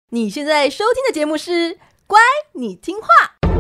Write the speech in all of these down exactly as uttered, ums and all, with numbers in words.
你现在收听的节目是《乖，你听话》。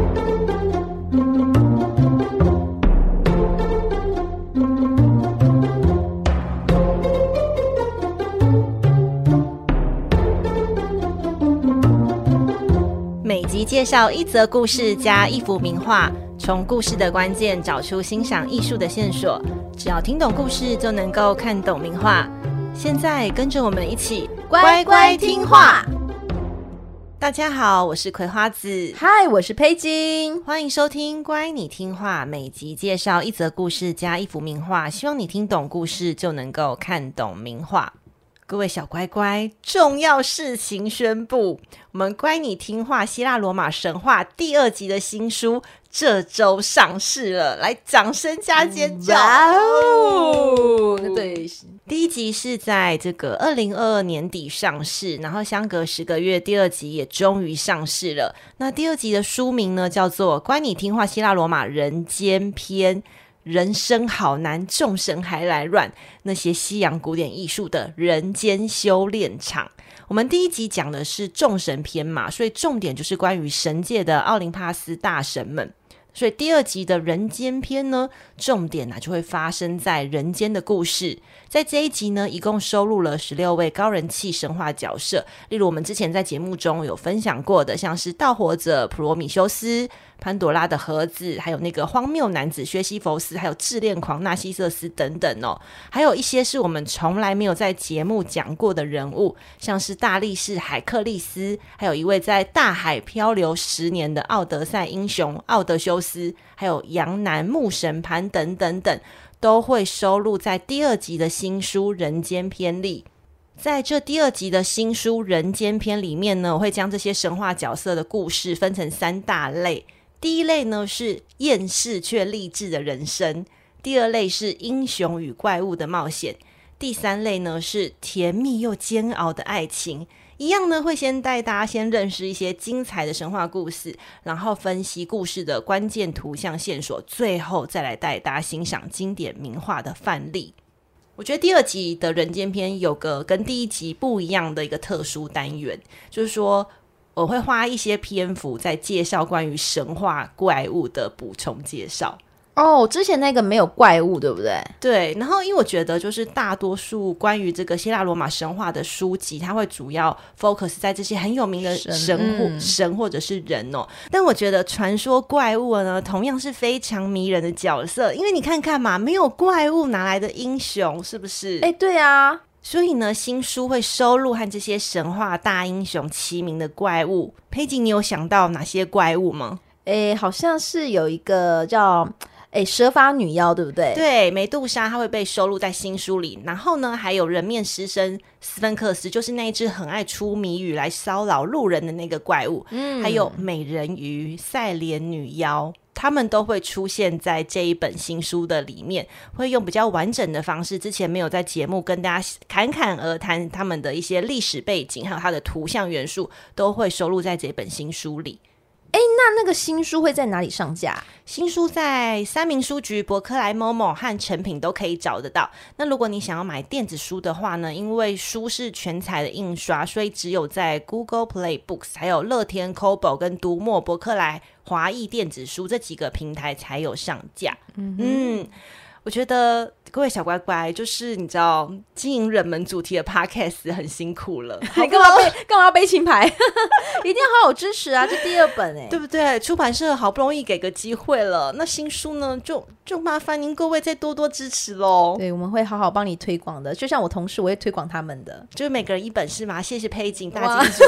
每集介绍一则故事加一幅名画，从故事的关键找出欣赏艺术的线索。只要听懂故事，就能够看懂名画。现在跟着我们一起乖乖听话。 大家好，我是葵花子。 嗨，我是佩金。 欢迎收听乖你听话，每集介绍一则故事加一幅名画，希望你听懂故事就能够看懂名画。各位小乖乖，重要事情宣布，我们乖你听话希腊罗马神话第二集的新书这周上市了，来掌声加尖叫！ 哇哦，对， 第一集是在这个二零二二年底上市，然后相隔十个月，第二集也终于上市了。那第二集的书名呢，叫做《乖你听话希腊罗马人间篇》。人生好难，众神还来乱，那些西洋古典艺术的人间修炼场。我们第一集讲的是众神篇嘛，所以重点就是关于神界的奥林帕斯大神们。所以第二集的人间篇呢，重点啊就会发生在人间的故事。在这一集呢，一共收录了十六位高人气神话角色，例如我们之前在节目中有分享过的，像是盗火者普罗米修斯、潘朵拉的盒子，还有那个荒谬男子薛西弗斯，还有自恋狂纳西瑟斯等等哦。还有一些是我们从来没有在节目讲过的人物，像是大力士海克力斯，还有一位在大海漂流十年的奥德赛英雄奥德修斯，还有洋男牧神潘等等等，都会收录在第二集的新书《人间篇》里。在这第二集的新书《人间篇》里面呢，我会将这些神话角色的故事分成三大类。第一类呢是厌世却励志的人生，第二类是英雄与怪物的冒险，第三类呢是甜蜜又煎熬的爱情。一样呢会先带大家先认识一些精彩的神话故事，然后分析故事的关键图像线索，最后再来带大家欣赏经典名画的范例。我觉得第二集的人间篇有个跟第一集不一样的一个特殊单元，就是说我会花一些篇幅在介绍关于神话怪物的补充介绍。 哦，之前那个没有怪物，对不对？ 对，然后因为我觉得就是大多数关于这个希腊罗马神话的书籍，它会主要 focus 在这些很有名的神神或、嗯、神或者是人哦。但我觉得传说怪物呢，同样是非常迷人的角色，因为你看看嘛，没有怪物哪来的英雄，是不是？ 哎，对啊。 所以呢，新书会收录和这些神话大英雄齐名的怪物。佩锦，你有想到哪些怪物吗？ 哎，好像是有一个叫哎蛇发女妖，对不对？ 对，梅杜莎她会被收录在新书里。然后呢，还有人面狮身斯芬克斯，就是那一只很爱出谜语来骚扰路人的那个怪物。嗯，还有美人鱼、赛莲女妖。他们都会出现在这一本新书的里面，会用比较完整的方式，之前没有在节目跟大家侃侃而谈他们的一些历史背景，还有它的图像元素，都会收录在这本新书里。 哎，那那个新书会在哪里上架？ 新书在三民书局、博客来、Momo 和诚品都可以找得到。那如果你想要买电子书的话呢，因为书是全彩的印刷，所以只有在 Google Play Books 还有乐天 Kobo 跟读墨、博客来、华艺电子书这几个平台才有上架。嗯, 嗯我觉得各位小乖乖，就是你知道经营冷门主题的 podcast 很辛苦了， 你干嘛背干嘛要背清牌？一定要好好支持啊！这第二本哎、欸， 对不对？出版社好不容易给个机会了，那新书呢，就就麻烦您各位再多多支持喽。 对，我们会好好帮你推广的，就像我同事，我会推广他们的， 就是每个人一本是吗？谢谢佩锦大金主。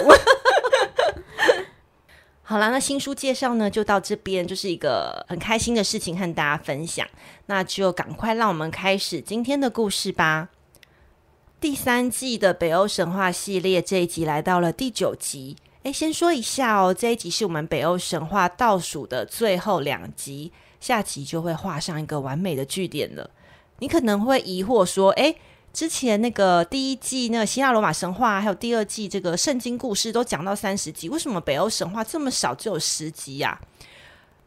好啦，那新书介绍呢就到这边，就是一个很开心的事情和大家分享，那就赶快让我们开始今天的故事吧。第三季的北欧神话系列这一集来到了第九集。诶，先说一下哦，这一集是我们北欧神话倒数的最后两集，下集就会画上一个完美的句点了。你可能会疑惑说，诶，之前那个第一季那个希腊罗马神话，还有第二季这个圣经故事都讲到三十集，为什么北欧神话这么少，只有十集啊？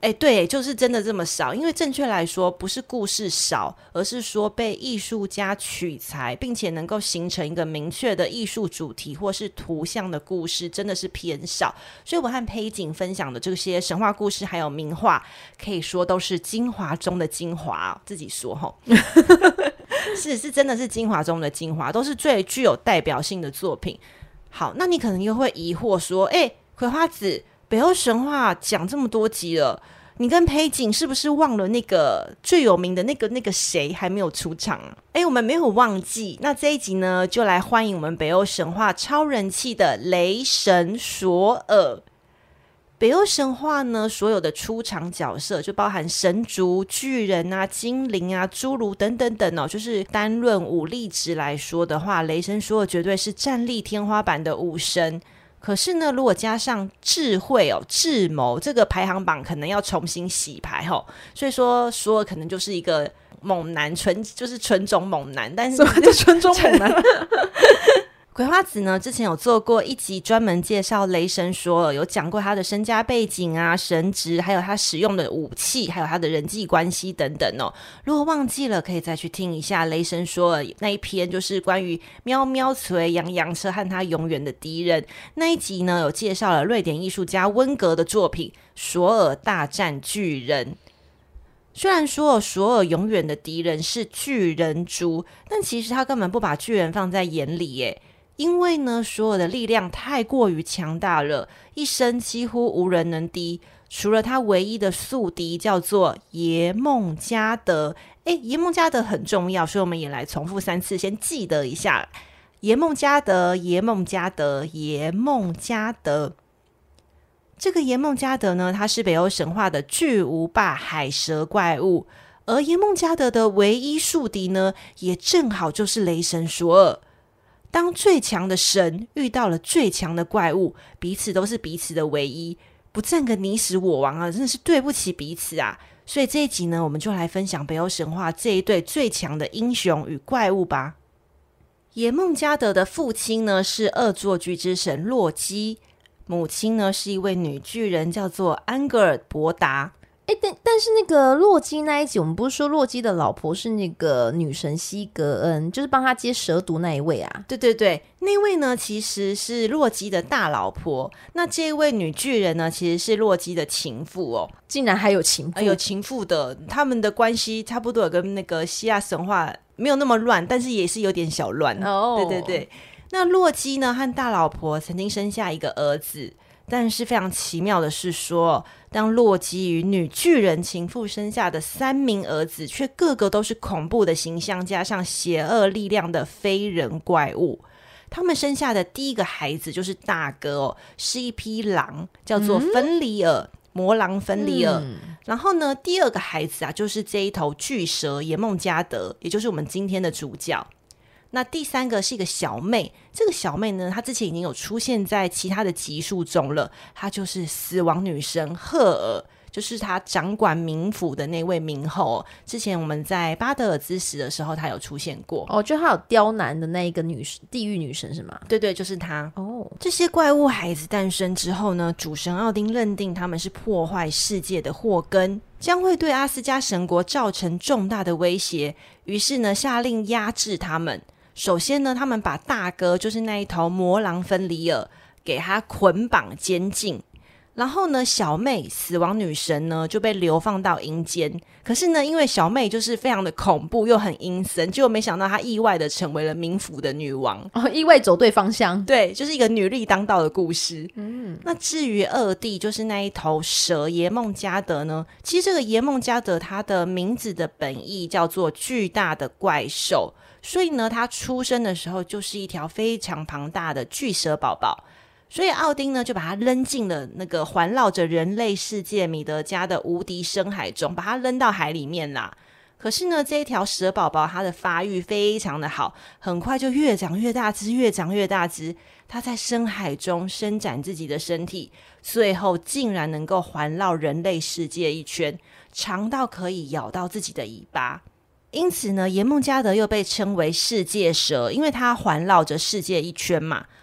哎，对，就是真的这么少。因为正确来说不是故事少，而是说被艺术家取材并且能够形成一个明确的艺术主题或是图像的故事真的是偏少。所以我和佩锦分享的这些神话故事还有名画可以说都是精华中的精华、哦、自己说齁是是真的是精华中的精华，都是最具有代表性的作品。好，那你可能又会疑惑说，哎，葵花子，北欧神话讲这么多集了，你跟裴景是不是忘了那个最有名的那个那个谁还没有出场啊？哎，我们没有忘记。那这一集呢，就来欢迎我们北欧神话超人气的雷神索尔。北欧神话呢，所有的出场角色就包含神族、巨人啊、精灵啊、侏儒等等等哦。就是单论武力值来说的话，雷神索尔绝对是战力天花板的武神。可是呢，如果加上智慧哦、智谋，这个排行榜可能要重新洗牌哦。所以说，索尔可能就是一个猛男，纯就是纯种猛男。但是什么叫纯种猛男？ 葵花子呢，之前有做过一集专门介绍雷神索尔，有讲过他的身家背景啊、神职，还有他使用的武器，还有他的人际关系等等哦。如果忘记了，可以再去听一下雷神索尔那一篇，就是关于喵喵锤、洋洋车和他永远的敌人那一集呢，有介绍了瑞典艺术家温格的作品《索尔大战巨人》。虽然说索尔永远的敌人是巨人族，但其实他根本不把巨人放在眼里耶。因为呢，索尔的力量太过于强大了，一生几乎无人能敌，除了他唯一的宿敌叫做耶梦加德。诶，耶梦加德很重要，所以我们也来重复三次，先记得一下。耶梦加德，耶梦加德，耶梦加德。这个耶梦加德呢，他是北欧神话的巨无霸海蛇怪物，而耶梦加德的唯一宿敌呢，也正好就是雷神索尔。当最强的神遇到了最强的怪物，彼此都是彼此的唯一，不战个你死我亡啊，真的是对不起彼此啊。所以这一集呢，我们就来分享北欧神话这一对最强的英雄与怪物吧。耶梦加德的父亲呢是恶作剧之神洛基，母亲呢是一位女巨人，叫做安格尔伯达。 哎，但但是那个洛基那一集，我们不是说洛基的老婆是那个女神西格恩，就是帮他接蛇毒那一位啊？ 对对对，那位呢其实是洛基的大老婆，那这位女巨人呢其实是洛基的情妇哦。 竟然还有情妇？ 呃、有情妇的，他们的关系差不多有跟那个希腊神话没有那么乱，但是也是有点小乱哦。对对对，那洛基呢和大老婆曾经生下一个儿子。但是非常奇妙的是说，当洛基与女巨人情妇生下的三名儿子，却个个都是恐怖的形象加上邪恶力量的非人怪物。他们生下的第一个孩子就是大哥哦，是一匹狼，叫做芬里尔、嗯、魔狼芬里尔、嗯、然后呢，第二个孩子啊，就是这一头巨蛇耶梦加德，也就是我们今天的主角。那第三个是一个小妹，这个小妹呢，她之前已经有出现在其他的集数中了，她就是死亡女神赫尔，就是她掌管冥府的那位冥后、哦、之前我们在巴德尔之死的时候她有出现过哦，就她有刁难的那一个女地狱女神是吗？ 对对，就是她哦。 这些怪物孩子诞生之后呢，主神奥丁认定他们是破坏世界的祸根，将会对阿斯加神国造成重大的威胁，于是呢下令压制他们。首先呢，他们把大哥就是那一头魔狼芬里尔给他捆绑监禁，然后呢小妹死亡女神呢就被流放到阴间。可是呢因为小妹就是非常的恐怖又很阴森，结果没想到她意外的成为了冥府的女王哦，意外走对方向。 对，就是一个女力当道的故事。 嗯， 那至于二弟就是那一头蛇耶梦加德呢，其实这个耶梦加德他的名字的本意叫做巨大的怪兽，所以呢他出生的时候就是一条非常庞大的巨蛇宝宝，所以奥丁呢就把它扔进了那个环绕着人类世界米德加的无敌深海中，把它扔到海里面啦。可是呢这一条蛇宝宝它的发育非常的好，很快就越长越大只，越长越大只，它在深海中伸展自己的身体，最后竟然能够环绕人类世界一圈，长到可以咬到自己的尾巴。因此呢耶梦加德又被称为世界蛇，因为它环绕着世界一圈嘛。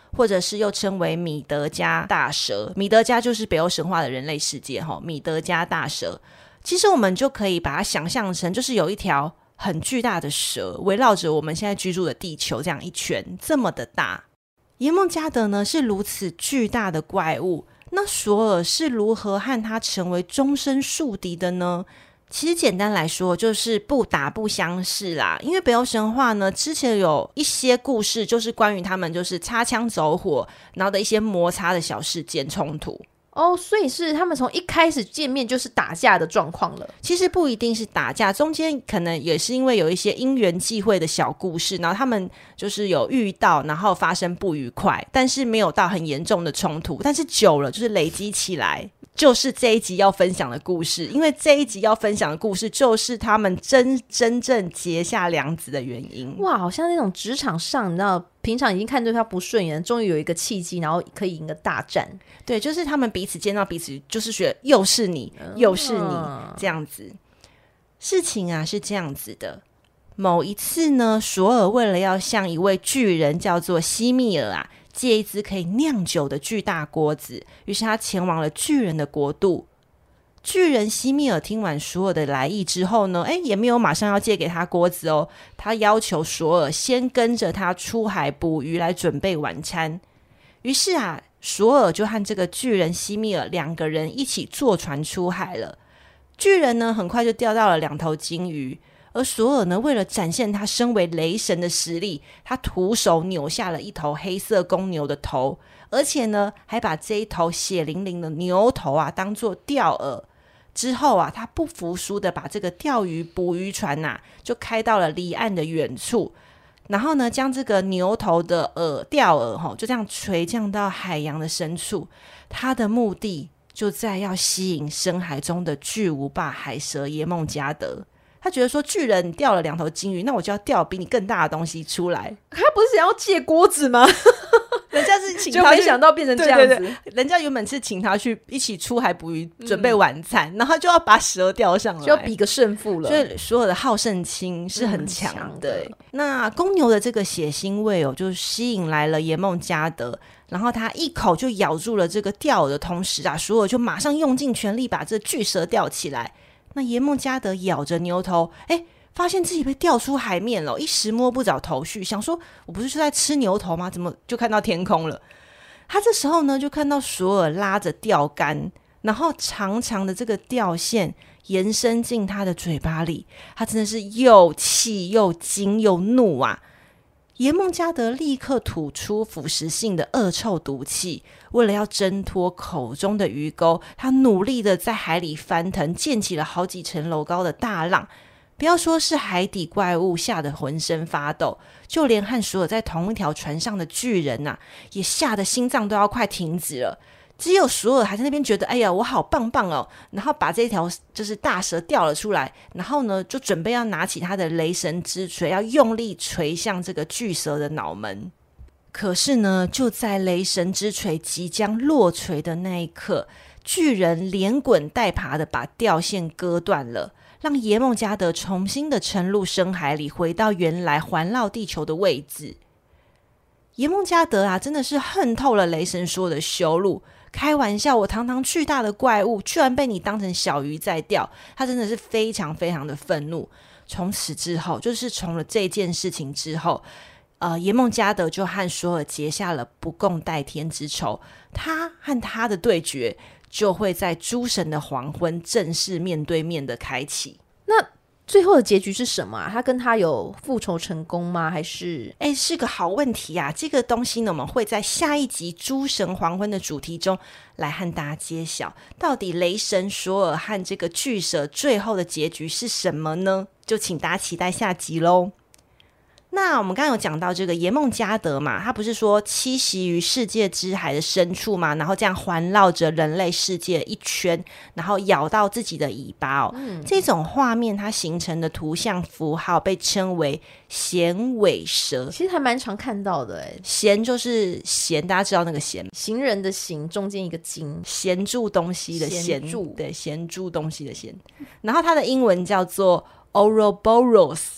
或者是又称为米德加大蛇。米德加就是北欧神话的人类世界，米德加大蛇其实我们就可以把它想象成就是有一条很巨大的蛇围绕着我们现在居住的地球这样一圈这么的大。耶梦加德呢是如此巨大的怪物，那索尔是如何和他成为终身宿敌的呢？其实简单来说就是不打不相识啦。因为北欧神话呢之前有一些故事就是关于他们就是擦枪走火然后的一些摩擦的小事件冲突哦，所以是他们从一开始见面就是打架的状况了。 其实不一定是打架，中间可能也是因为有一些因缘际会的小故事，然后他们就是有遇到然后发生不愉快，但是没有到很严重的冲突，但是久了就是累积起来，就是这一集要分享的故事。因为这一集要分享的故事就是他们真真正结下梁子的原因。 哇，好像那种职场上你知道平常已经看对他不顺眼，终于有一个契机然后可以赢个大战。 对，就是他们彼此见到彼此就是觉得又是你又是你、嗯、这样子。事情啊是这样子的，某一次呢索尔为了要向一位巨人叫做西密尔啊借一只可以酿酒的巨大锅子，于是他前往了巨人的国度。巨人西密尔听完索尔的来意之后呢，诶也没有马上要借给他锅子哦，他要求索尔先跟着他出海捕鱼来准备晚餐。于是啊索尔就和这个巨人西密尔两个人一起坐船出海了。巨人呢很快就钓到了两头金鱼，而索尔呢为了展现他身为雷神的实力，他徒手扭下了一头黑色公牛的头，而且呢还把这一头血淋淋的牛头啊当作钓饵。之后啊他不服输的把这个钓鱼捕鱼船啊就开到了离岸的远处，然后呢将这个牛头的饵钓饵就这样垂降到海洋的深处。他的目的就在要吸引深海中的巨无霸海蛇耶梦加德。他觉得说巨人钓了两头金鱼，那我就要钓比你更大的东西出来。 他不是想要借锅子吗？ 人家是请他去， 就没想到变成这样子。 对对对，人家原本是请他去一起出海捕鱼、嗯、准备晚餐，然后就要把蛇钓上来， 就要比个胜负了。 所以所有的好胜心是很强的、嗯、那公牛的这个血腥味哦，就吸引来了耶梦加德，然后他一口就咬住了这个钓饵的同时啊，索尔就马上用尽全力把这巨蛇钓起来。那耶梦加德咬着牛头，哎，发现自己被钓出海面了，一时摸不着头绪，想说我不是就在吃牛头吗？怎么就看到天空了？他这时候呢就看到索尔拉着钓竿，然后长长的这个钓线延伸进他的嘴巴里，他真的是又气又惊又怒啊！耶梦加德立刻吐出腐蚀性的恶臭毒气，为了要挣脱口中的鱼钩，他努力的在海里翻腾，溅起了好几层楼高的大浪。不要说是海底怪物吓得浑身发抖，就连和索尔在同一条船上的巨人啊，也吓得心脏都要快停止了。只有索尔还在那边觉得哎呀我好棒棒哦，然后把这条就是大蛇钓了出来，然后呢就准备要拿起他的雷神之锤，要用力锤向这个巨蛇的脑门。可是呢就在雷神之锤即将落锤的那一刻，巨人连滚带爬的把钓线割断了，让耶梦加德重新的沉入深海里，回到原来环绕地球的位置。耶梦加德啊真的是恨透了雷神说的羞辱，开玩笑，我堂堂巨大的怪物居然被你当成小鱼在钓，他真的是非常非常的愤怒。从此之后，就是从了这件事情之后，呃，耶梦加德就和索尔结下了不共戴天之仇，他和他的对决就会在诸神的黄昏正式面对面的开启。 那最后的结局是什么啊？他跟他有复仇成功吗？还是哎，是个好问题啊！这个东西呢，我们会在下一集诸神黄昏的主题中来和大家揭晓，到底雷神索尔和这个巨蛇最后的结局是什么呢？就请大家期待下集咯。那我们刚刚有讲到这个耶梦加德嘛，他不是说栖息于世界之海的深处嘛，然后这样环绕着人类世界一圈，然后咬到自己的尾巴哦、嗯、这种画面它形成的图像符号被称为衔尾蛇。 其实还蛮常看到的耶， 衔就是衔，大家知道那个衔， 行人的行中间一个金， 衔住东西的衔， 衔住， 对，衔住东西的衔。然后它的英文叫做 Ouroboros。那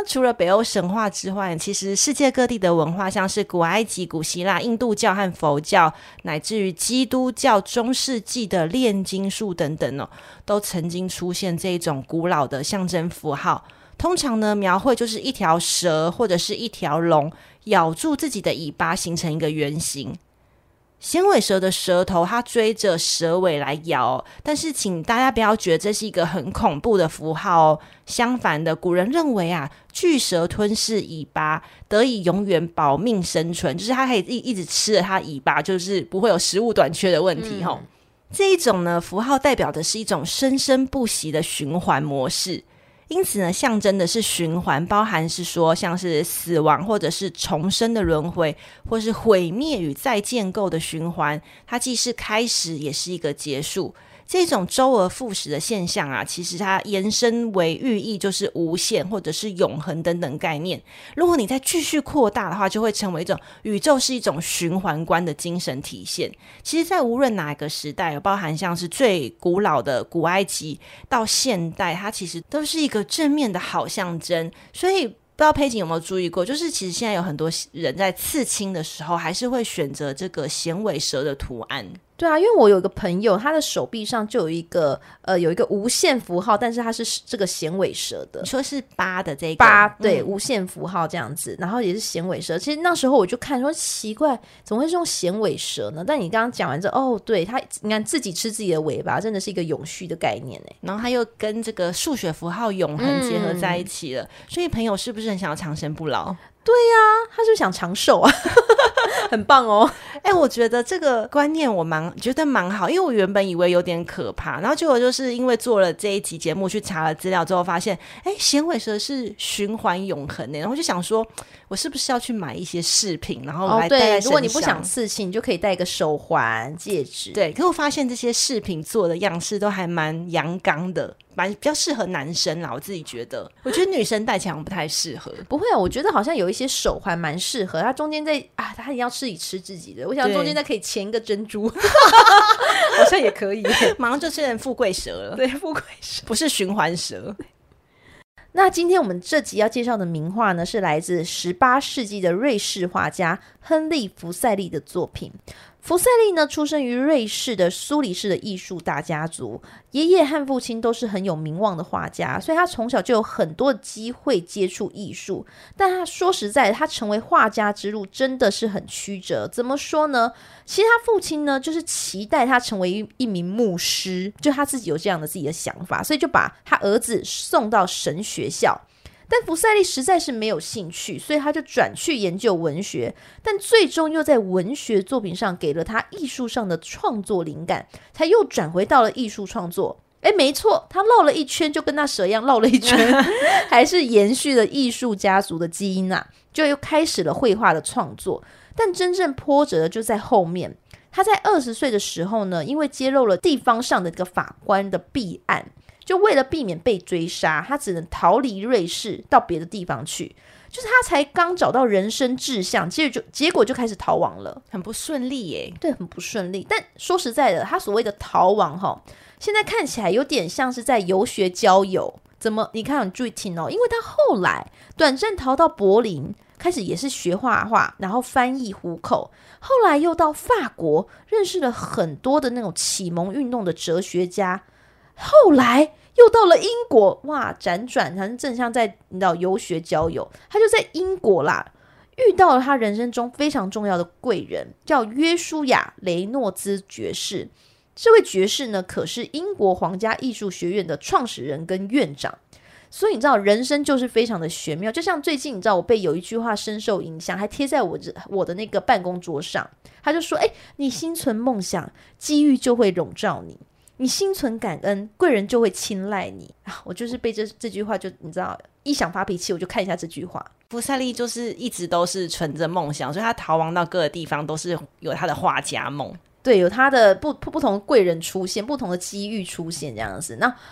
那除了北欧神话之外，其实世界各地的文化，像是古埃及、古希腊、印度教和佛教，乃至于基督教中世纪的炼金术等等哦，都曾经出现这种古老的象征符号。通常呢，描绘就是一条蛇或者是一条龙咬住自己的尾巴，形成一个圆形。衔尾蛇的舌头它追着蛇尾来咬哦，但是请大家不要觉得这是一个很恐怖的符号哦。相反的，古人认为啊，巨蛇吞噬尾巴得以永远保命生存，就是它可以一一直吃着它尾巴，就是不会有食物短缺的问题哦。嗯、这一种呢，符号代表的是一种生生不息的循环模式。因此呢，象征的是循环，包含是说像是死亡或者是重生的轮回，或是毁灭与再建构的循环，它既是开始也是一个结束。这种周而复始的现象啊，其实它延伸为寓意就是无限或者是永恒等等概念。如果你再继续扩大的话，就会成为一种宇宙是一种循环观的精神体现。其实在无论哪一个时代，包含像是最古老的古埃及到现代，它其实都是一个正面的好象征。所以不知道佩锦有没有注意过，就是其实现在有很多人在刺青的时候还是会选择这个衔尾蛇的图案。 对啊，因为我有一个朋友，他的手臂上就有一个呃有一个无限符号，但是它是这个衔尾蛇的。 你说是八的这个八，对、嗯，无限符号这样子，然后也是衔尾蛇。其实那时候我就看说奇怪，怎么会是用衔尾蛇呢？但你刚刚讲完之后，哦，对，它你看自己吃自己的尾巴，真的是一个永续的概念哎。 然后它又跟这个数学符号永恒结合在一起了，嗯、所以朋友是不是很想要长生不老？ 对呀、啊，他是不是想长寿啊？很棒哦！ 哎、欸，我觉得这个观念我蛮觉得蛮好，因为我原本以为有点可怕，然后结果就是因为做了这一集节目，去查了资料之后，发现哎，衔尾蛇是循环永恒的，然后就想说，我是不是要去买一些饰品，然后来戴在身上？ 哦、对，如果你不想刺青，你就可以戴一个手环、戒指。 对，可是我发现这些饰品做的样式都还蛮阳刚的。蛮比较适合男生啦，我自己觉得，我觉得女生戴起来不太适合。 不会啊，我觉得好像有一些手环蛮适合，它中间在啊，它一定要自己吃自己的。我想中间再可以钳一个珍珠，好像也可以， 马上就变成富贵蛇了。 对，富贵蛇不是循环蛇。 那今天我们这集要介绍的名画呢，是来自十八世纪的瑞士画家亨利·福塞利的作品。福塞利呢，出生于瑞士的苏黎世的艺术大家族，爷爷和父亲都是很有名望的画家，所以他从小就有很多机会接触艺术。但他说实在的，他成为画家之路真的是很曲折。怎么说呢？其实他父亲呢，就是期待他成为 一, 一名牧师，就他自己有这样的自己的想法，所以就把他儿子送到神学校。但福塞利实在是没有兴趣，所以他就转去研究文学，但最终又在文学作品上给了他艺术上的创作灵感，才又转回到了艺术创作。诶，没错，他绕了一圈，就跟那蛇一样绕了一圈还是延续了艺术家族的基因啊，就又开始了绘画的创作。但真正波折的就在后面，他在二十岁的时候呢，因为揭露了地方上的这个法官的弊案，就为了避免被追杀，他只能逃离瑞士到别的地方去。就是他才刚找到人生志向，结果就结果就开始逃亡了， 很不顺利耶。 对，很不顺利。但说实在的，他所谓的逃亡哈，现在看起来有点像是在游学交友。怎么？你看，你注意听哦，因为他后来短暂逃到柏林，开始也是学画画，然后翻译虎口。后来又到法国，认识了很多的那种启蒙运动的哲学家。后来又到了英国，哇，辗转，好像正像在你知道游学交友。他就在英国啦，遇到了他人生中非常重要的贵人，叫约书亚·雷诺兹爵士。这位爵士呢，可是英国皇家艺术学院的创始人跟院长。所以你知道，人生就是非常的玄妙。就像最近你知道，我被有一句话深受影响，还贴在我我的那个办公桌上。他就说：哎，你心存梦想，机遇就会笼罩你。你心存感恩，贵人就会青睐你啊！我就是被这这句话就你知道，一想发脾气我就看一下这句话。 福塞利就是一直都是存着梦想，所以他逃亡到各个地方都是有他的画家梦。 对，有他的不不不同的贵人出现，不同的机遇出现这样子。那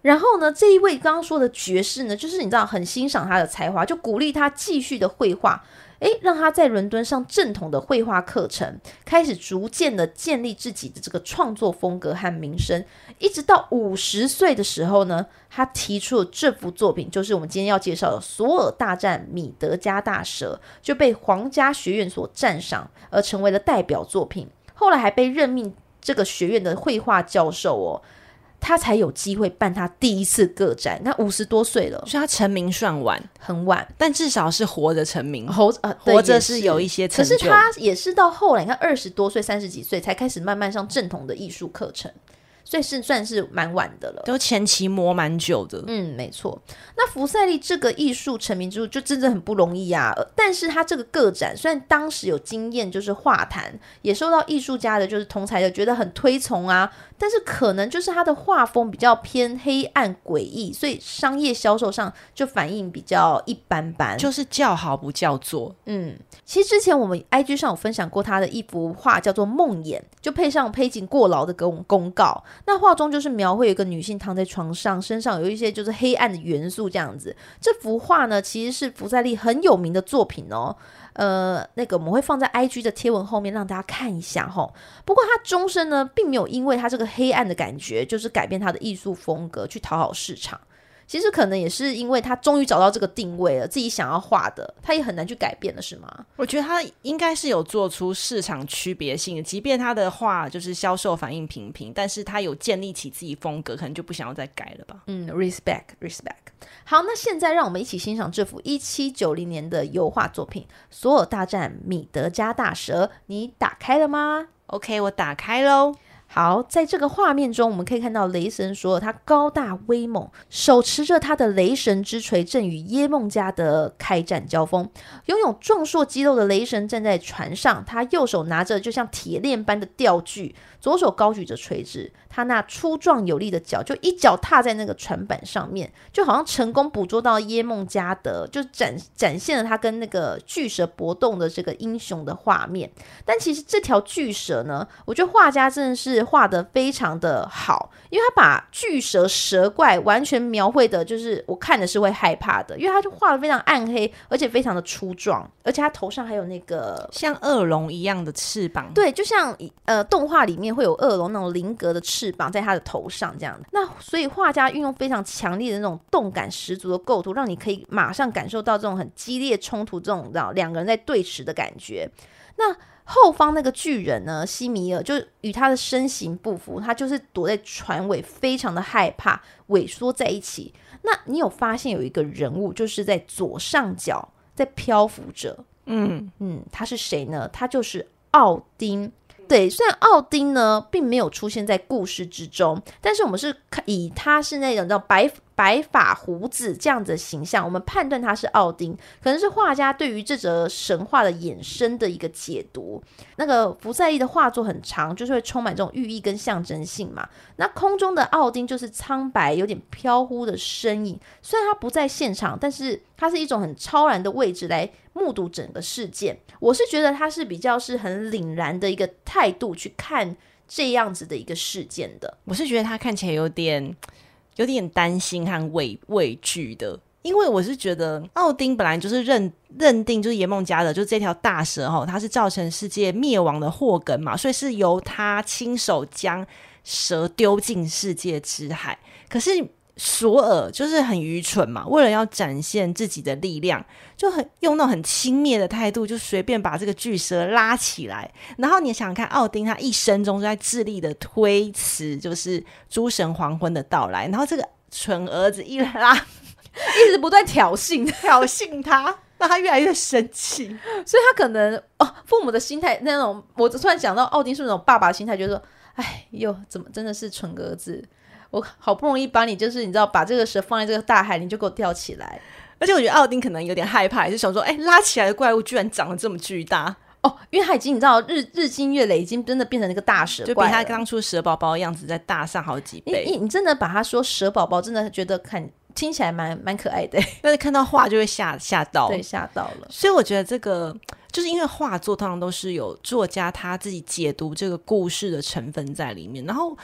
然后呢，这一位刚刚说的爵士呢，就是你知道很欣赏他的才华，就鼓励他继续的绘画，诶，让他在伦敦上正统的绘画课程，开始逐渐的建立自己的这个创作风格和名声，一直到五十岁的时候呢，他提出了这幅作品，就是我们今天要介绍的《索尔大战米德加大蛇》，就被皇家学院所赞赏，而成为了代表作品。后来还被任命这个学院的绘画教授哦。他才有机会办他第一次个展，你看五十多岁了， 所以他成名算晚， 很晚， 但至少是活着成名， 活、呃、 活着是有一些成就。 可是他也是到后来，你看二十多岁、三十几岁才开始慢慢上正统的艺术课程，所以是算是蛮晚的了， 都前期磨蛮久的。 嗯，没错。那福赛利这个艺术成名之路就真的很不容易啊。但是他这个个展虽然当时有经验，就是画坛也受到艺术家的就是同才的觉得很推崇啊，但是可能就是他的画风比较偏黑暗诡异，所以商业销售上就反应比较一般般， 就是叫好不叫座。 嗯，其实之前我们 I G 上有分享过他的一幅画叫做《梦魇》，就配上配景过劳的公公告。那画中就是描绘有一个女性躺在床上，身上有一些就是黑暗的元素这样子。这幅画呢，其实是福赛利很有名的作品哦。呃，那个我们会放在 I G 的贴文后面让大家看一下吼。不过他终身呢，并没有因为他这个黑暗的感觉，就是改变他的艺术风格去讨好市场。其实可能也是因为他终于找到这个定位了，自己想要画的，他也很难去改变了，是吗？ 我觉得他应该是有做出市场区别性的，即便他的画就是销售反应平平，但是他有建立起自己风格，可能就不想要再改了吧。 嗯 respect respect。 好，那现在让我们一起欣赏这幅一七九零年的油画作品《索尔大战米德加大蛇》，你打开了吗？ OK， 我打开咯。 好，在这个画面中，我们可以看到雷神索尔他高大威猛，手持着他的雷神之锤，正与耶梦加的开战交锋。拥有壮硕肌肉的雷神站在船上，他右手拿着就像铁链般的吊锯，左手高举着锤子，他那粗壮有力的脚就一脚踏在那个船板上面，就好像成功捕捉到耶梦加德，就 展, 展现了他跟那个巨蛇搏斗的这个英雄的画面。但其实这条巨蛇呢，我觉得画家真的是画得非常的好，因为他把巨蛇蛇怪完全描绘的就是我看的是会害怕的，因为他就画得非常暗黑，而且非常的粗壮，而且他头上还有那个像恶龙一样的翅膀。 对，就像呃动画里面会有恶龙那种菱格的翅膀在他的头上这样。那所以画家运用非常强烈的那种动感十足的构图，让你可以马上感受到这种很激烈冲突，这种两个人在对峙的感觉。那后方那个巨人呢，西米尔就与他的身形不符，他就是躲在船尾，非常的害怕，萎缩在一起。那你有发现有一个人物就是在左上角在漂浮着，嗯嗯，他是谁呢？他就是奥丁。对，虽然奥丁呢并没有出现在故事之中，但是我们是以他是那种叫白白发胡子这样子的形象，我们判断他是奥丁，可能是画家对于这则神话的衍生的一个解读。那个福赛利的画作很长，就是会充满这种寓意跟象征性嘛。那空中的奥丁就是苍白有点飘忽的身影，虽然他不在现场，但是他是一种很超然的位置来目睹整个事件。我是觉得他是比较是很凛然的一个态度去看这样子的一个事件的。 我是觉得他看起来有点有点担心和畏畏惧的，因为我是觉得奥丁本来就是认认定就是耶梦加的，就是这条大蛇齁，它是造成世界灭亡的祸根嘛，所以是由他亲手将蛇丢进世界之海。可是索尔就是很愚蠢嘛，为了要展现自己的力量，就很用那种很轻蔑的态度，就随便把这个巨蛇拉起来。然后你想想看，奥丁他一生中就在致力的推辞就是诸神黄昏的到来，然后这个蠢儿子一拉一直不断挑衅挑衅他，让他越来越生气。 所以他可能哦，父母的心态那种，我突然想到奥丁是那种爸爸的心态，就是说哎哟，怎么真的是蠢儿子，我好不容易把你就是你知道把这个蛇放在这个大海，你就给我吊起来。 而且我觉得奥丁可能有点害怕，也是想说哎，拉起来的怪物居然长得这么巨大哦，因为他已经你知道日日积月累，已经真的变成那个大蛇怪了， 就比他当初蛇宝宝的样子再大上好几倍。 你, 你真的把他说蛇宝宝，真的觉得看听起来蛮蛮可爱的， 但是看到画就会吓吓到， 对，吓到了。 所以我觉得这个就是因为画作通常都是有作家他自己解读这个故事的成分在里面，然后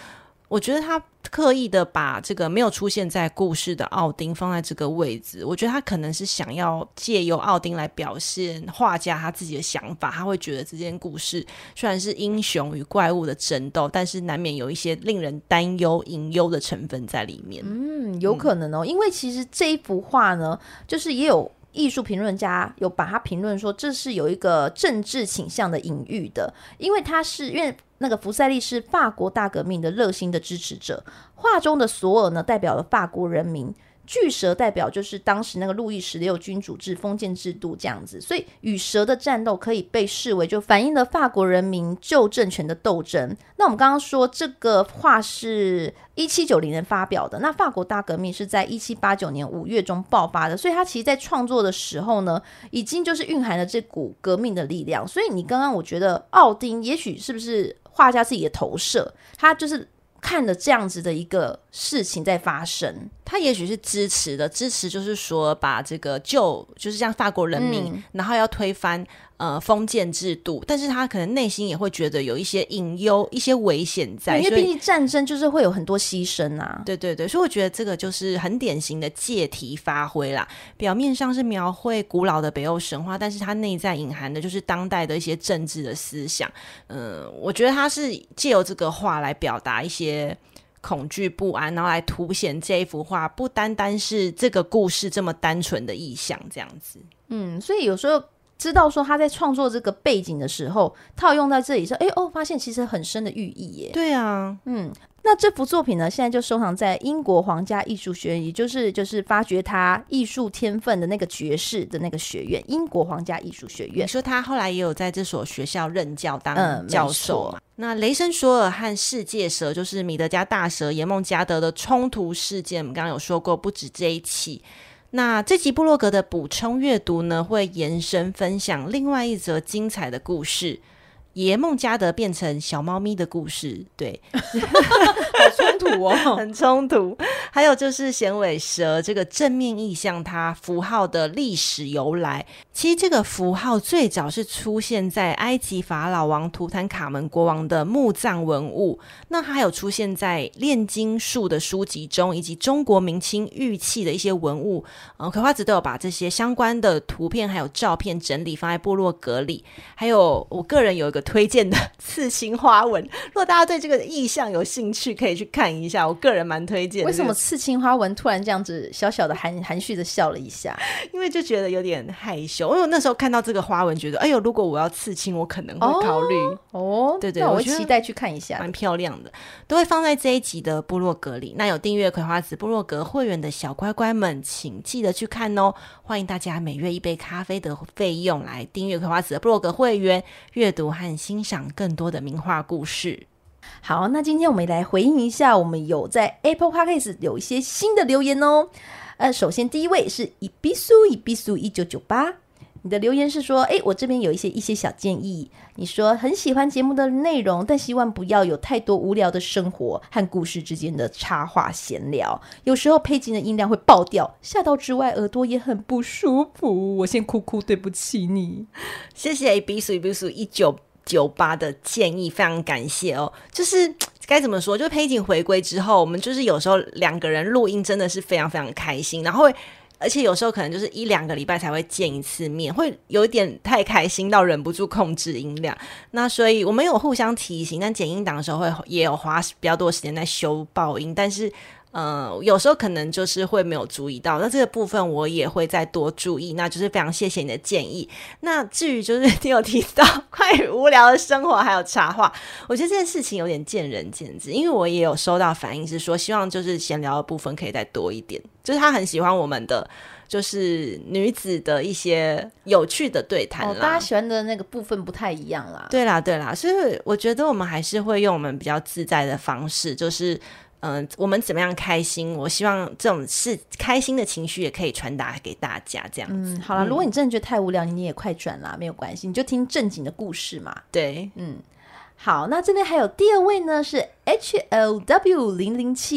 我觉得他刻意的把这个没有出现在故事的奥丁放在这个位置，我觉得他可能是想要借由奥丁来表现画家他自己的想法，他会觉得这件故事虽然是英雄与怪物的争斗，但是难免有一些令人担忧隐忧的成分在里面。 嗯，有可能哦、嗯、因为其实这一幅画呢，就是也有艺术评论家有把它评论说这是有一个政治倾向的隐喻的，因为他是因为那个福赛利是法国大革命的热心的支持者，画中的索尔呢代表了法国人民，巨蛇代表就是当时那个路易十六君主制封建制度这样子，所以与蛇的战斗可以被视为就反映了法国人民救政权的斗争。那我们刚刚说这个画是一七九零年发表的，那法国大革命是在一七八九年五月中爆发的，所以他其实在创作的时候呢已经就是蕴含了这股革命的力量。所以你刚刚我觉得奥丁也许是不是画家自己的投射，他就是看了这样子的一个事情在发生， 他也许是支持的，支持就是说把这个旧就是像法国人民、嗯、然后要推翻呃封建制度，但是他可能内心也会觉得有一些隐忧一些危险在， 因为毕竟战争就是会有很多牺牲啊。 对对对，所以我觉得这个就是很典型的借题发挥啦，表面上是描绘古老的北欧神话，但是它内在隐含的就是当代的一些政治的思想。嗯，我觉得他是借由这个画来表达一些恐惧不安，然后来凸显这一幅画不单单是这个故事这么单纯的意象这样子。 嗯，所以有时候知道说他在创作这个背景的时候套用在这里说，哎哦，发现其实很深的寓意耶。 对啊， 嗯，那这幅作品呢现在就收藏在英国皇家艺术学院，也就是就是发掘他艺术天分的那个爵士的那个学院，英国皇家艺术学院。 你说他后来也有在这所学校任教当教授嘛、嗯、那雷神索尔和世界蛇就是米德加大蛇耶梦加德的冲突事件，我们刚刚有说过不止这一期。那这集部落格的补充阅读呢，会延伸分享另外一则精彩的故事，耶梦加德变成小猫咪的故事。对好冲突哦很冲突。还有就是衔尾蛇这个正面意象它符号的历史由来，其实这个符号最早是出现在埃及法老王图坦卡门国王的墓葬文物，那它还有出现在炼金术的书籍中，以及中国明清玉器的一些文物。呃，葵花子都有把这些相关的图片还有照片整理放在部落格里。还有我个人有一个推荐的刺青花纹，如果大家对这个意象有兴趣可以去看一下，我个人蛮推荐的。 为什么刺青花纹突然这样子小小的含含蓄的笑了一下？ 因为就觉得有点害羞，因为我那时候看到这个花纹觉得哎呦，如果我要刺青我可能会考虑。 哦，哦对对，那我会期待去看一下， 蛮漂亮的，都会放在这一集的部落格里。那有订阅葵花子部落格会员的小乖乖们请记得去看哦，欢迎大家每月一杯咖啡的费用来订阅葵花子的部落格会员，阅读和欣赏更多的名画故事。 好，那今天我们来回应一下，我们有在 Apple Podcast 有一些新的留言哦。呃，首先第一位是伊比苏伊比苏一九九八，你的留言是说，哎，我这边有一些一些小建议。你说很喜欢节目的内容，但希望不要有太多无聊的生活和故事之间的插话闲聊，有时候配景的音量会爆掉，吓到之外耳朵也很不舒服。我先哭哭，对不起你。 谢谢伊比苏伊比苏一九九八的建议，非常感谢哦。就是该怎么说，就配景回归之后，我们就是有时候两个人录音真的是非常非常开心，然后会而且有时候可能就是一两个礼拜才会见一次面，会有一点太开心到忍不住控制音量。那所以我们有互相提醒，但剪音档的时候会也有花比较多时间在修爆音，但是呃，有时候可能就是会没有注意到，那这个部分我也会再多注意，那就是非常谢谢你的建议。那至于就是你有提到关于无聊的生活还有插话，我觉得这件事情有点见仁见智，因为我也有收到反应是说希望就是闲聊的部分可以再多一点，就是他很喜欢我们的就是女子的一些有趣的对谈啦、哦、 大家喜欢的那个部分不太一样啦。 对啦对啦，所以我觉得我们还是会用我们比较自在的方式，就是嗯、呃，我们怎么样开心，我希望这种是开心的情绪也可以传达给大家这样子。 嗯，好啦、嗯、如果你真的觉得太无聊，你也快转啦，没有关系，你就听正经的故事嘛。 对， 嗯，好，那这边还有第二位呢是 H L W 零零七，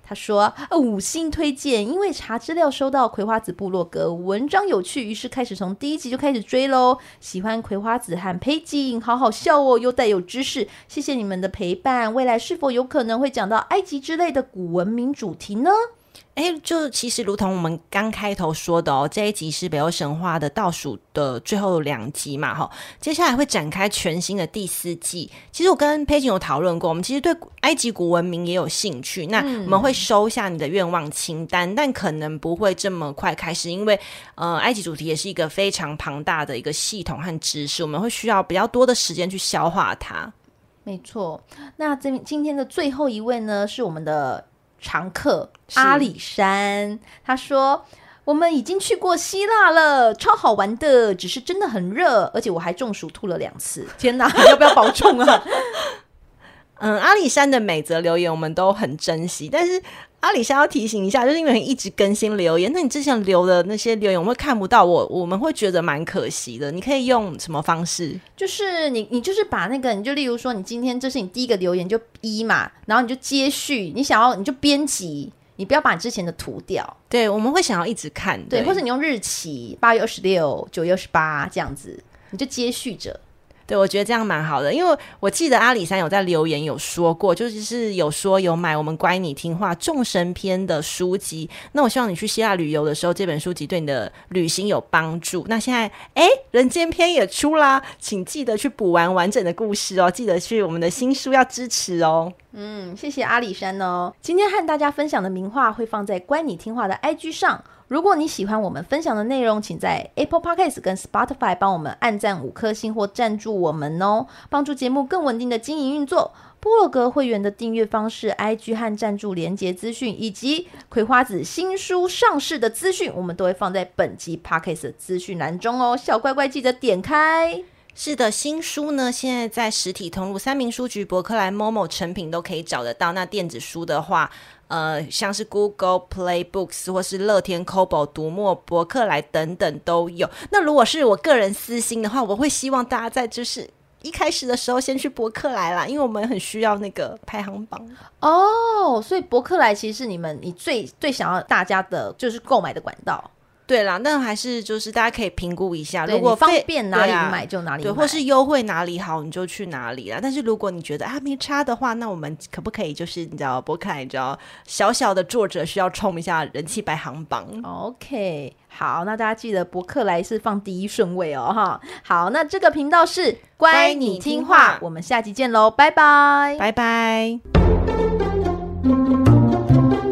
他说、呃、五星推荐，因为查资料收到葵花子部落格文章有趣，于是开始从第一集就开始追咯。喜欢葵花子和佩锦，好好笑哦，又带有知识，谢谢你们的陪伴。未来是否有可能会讲到埃及之类的古文明主题呢？ 哎，就其实如同我们刚开头说的哦，这一集是北欧神话的倒数的最后两集嘛，哈，接下来会展开全新的第四季。其实我跟佩锦有讨论过，我们其实对埃及古文明也有兴趣，那我们会收下你的愿望清单，嗯、但可能不会这么快开始，因为呃，埃及主题也是一个非常庞大的一个系统和知识，我们会需要比较多的时间去消化它。 没错，那这今天的最后一位呢，是我们的常客阿里山，他说我们已经去过希腊了，超好玩的，只是真的很热，而且我还中暑吐了两次，天哪，要不要保重啊？ 嗯，阿里山的每则留言我们都很珍惜，但是阿里山要提醒一下，就是因为你一直更新留言，那你之前留的那些留言我们会看不到，我我们会觉得蛮可惜的。你可以用什么方式？ 就是你你就是把那个，你就例如说你今天这是你第一个留言就一嘛，然后你就接续，你想要你就编辑，你不要把你之前的涂掉。 对，我们会想要一直看， 对, 对，或者你用日期八月二十六、九月二十八这样子，你就接续着。 对，我觉得这样蛮好的，因为我记得阿里山有在留言有说过，就是有说有买我们乖你听话众神篇的书籍，那我希望你去希腊旅游的时候，这本书籍对你的旅行有帮助。那现在哎，人间篇也出啦，请记得去补完完整的故事哦，记得去我们的新书要支持哦。 嗯，谢谢阿里山哦。今天和大家分享的名画会放在乖你听话的 I G 上，如果你喜欢我们分享的内容，请在 Apple Podcast 跟 Spotify 帮我们按赞五颗星或赞助我们哦，帮助节目更稳定的经营运作。部落格会员的订阅方式、I G 和赞助连结资讯，以及葵花子新书上市的资讯，我们都会放在本集 Podcast 的资讯栏中哦，小乖乖记得点开。 是的，新书呢现在在实体通路三民书局、博客来、Momo 成品都可以找得到，那电子书的话呃，像是 Google Play Books 或是乐天 Kobo、读墨、博客来等等都有。那如果是我个人私心的话，我会希望大家在就是一开始的时候先去博客来啦，因为我们很需要那个排行榜哦。所以博客来其实是你们你最最想要大家的就是购买的管道。 对啦，但还是就是大家可以评估一下， 如果方便哪里买就哪里买， 对，或是优惠哪里好你就去哪里啦。但是如果你觉得啊没差的话，那我们可不可以就是你知道博客来，你知道小小的作者需要冲一下人气排行榜 ？OK， 好，那大家记得博客来是放第一顺位哦哈。好，那这个频道是乖你听话，我们下集见喽，拜拜， 拜拜。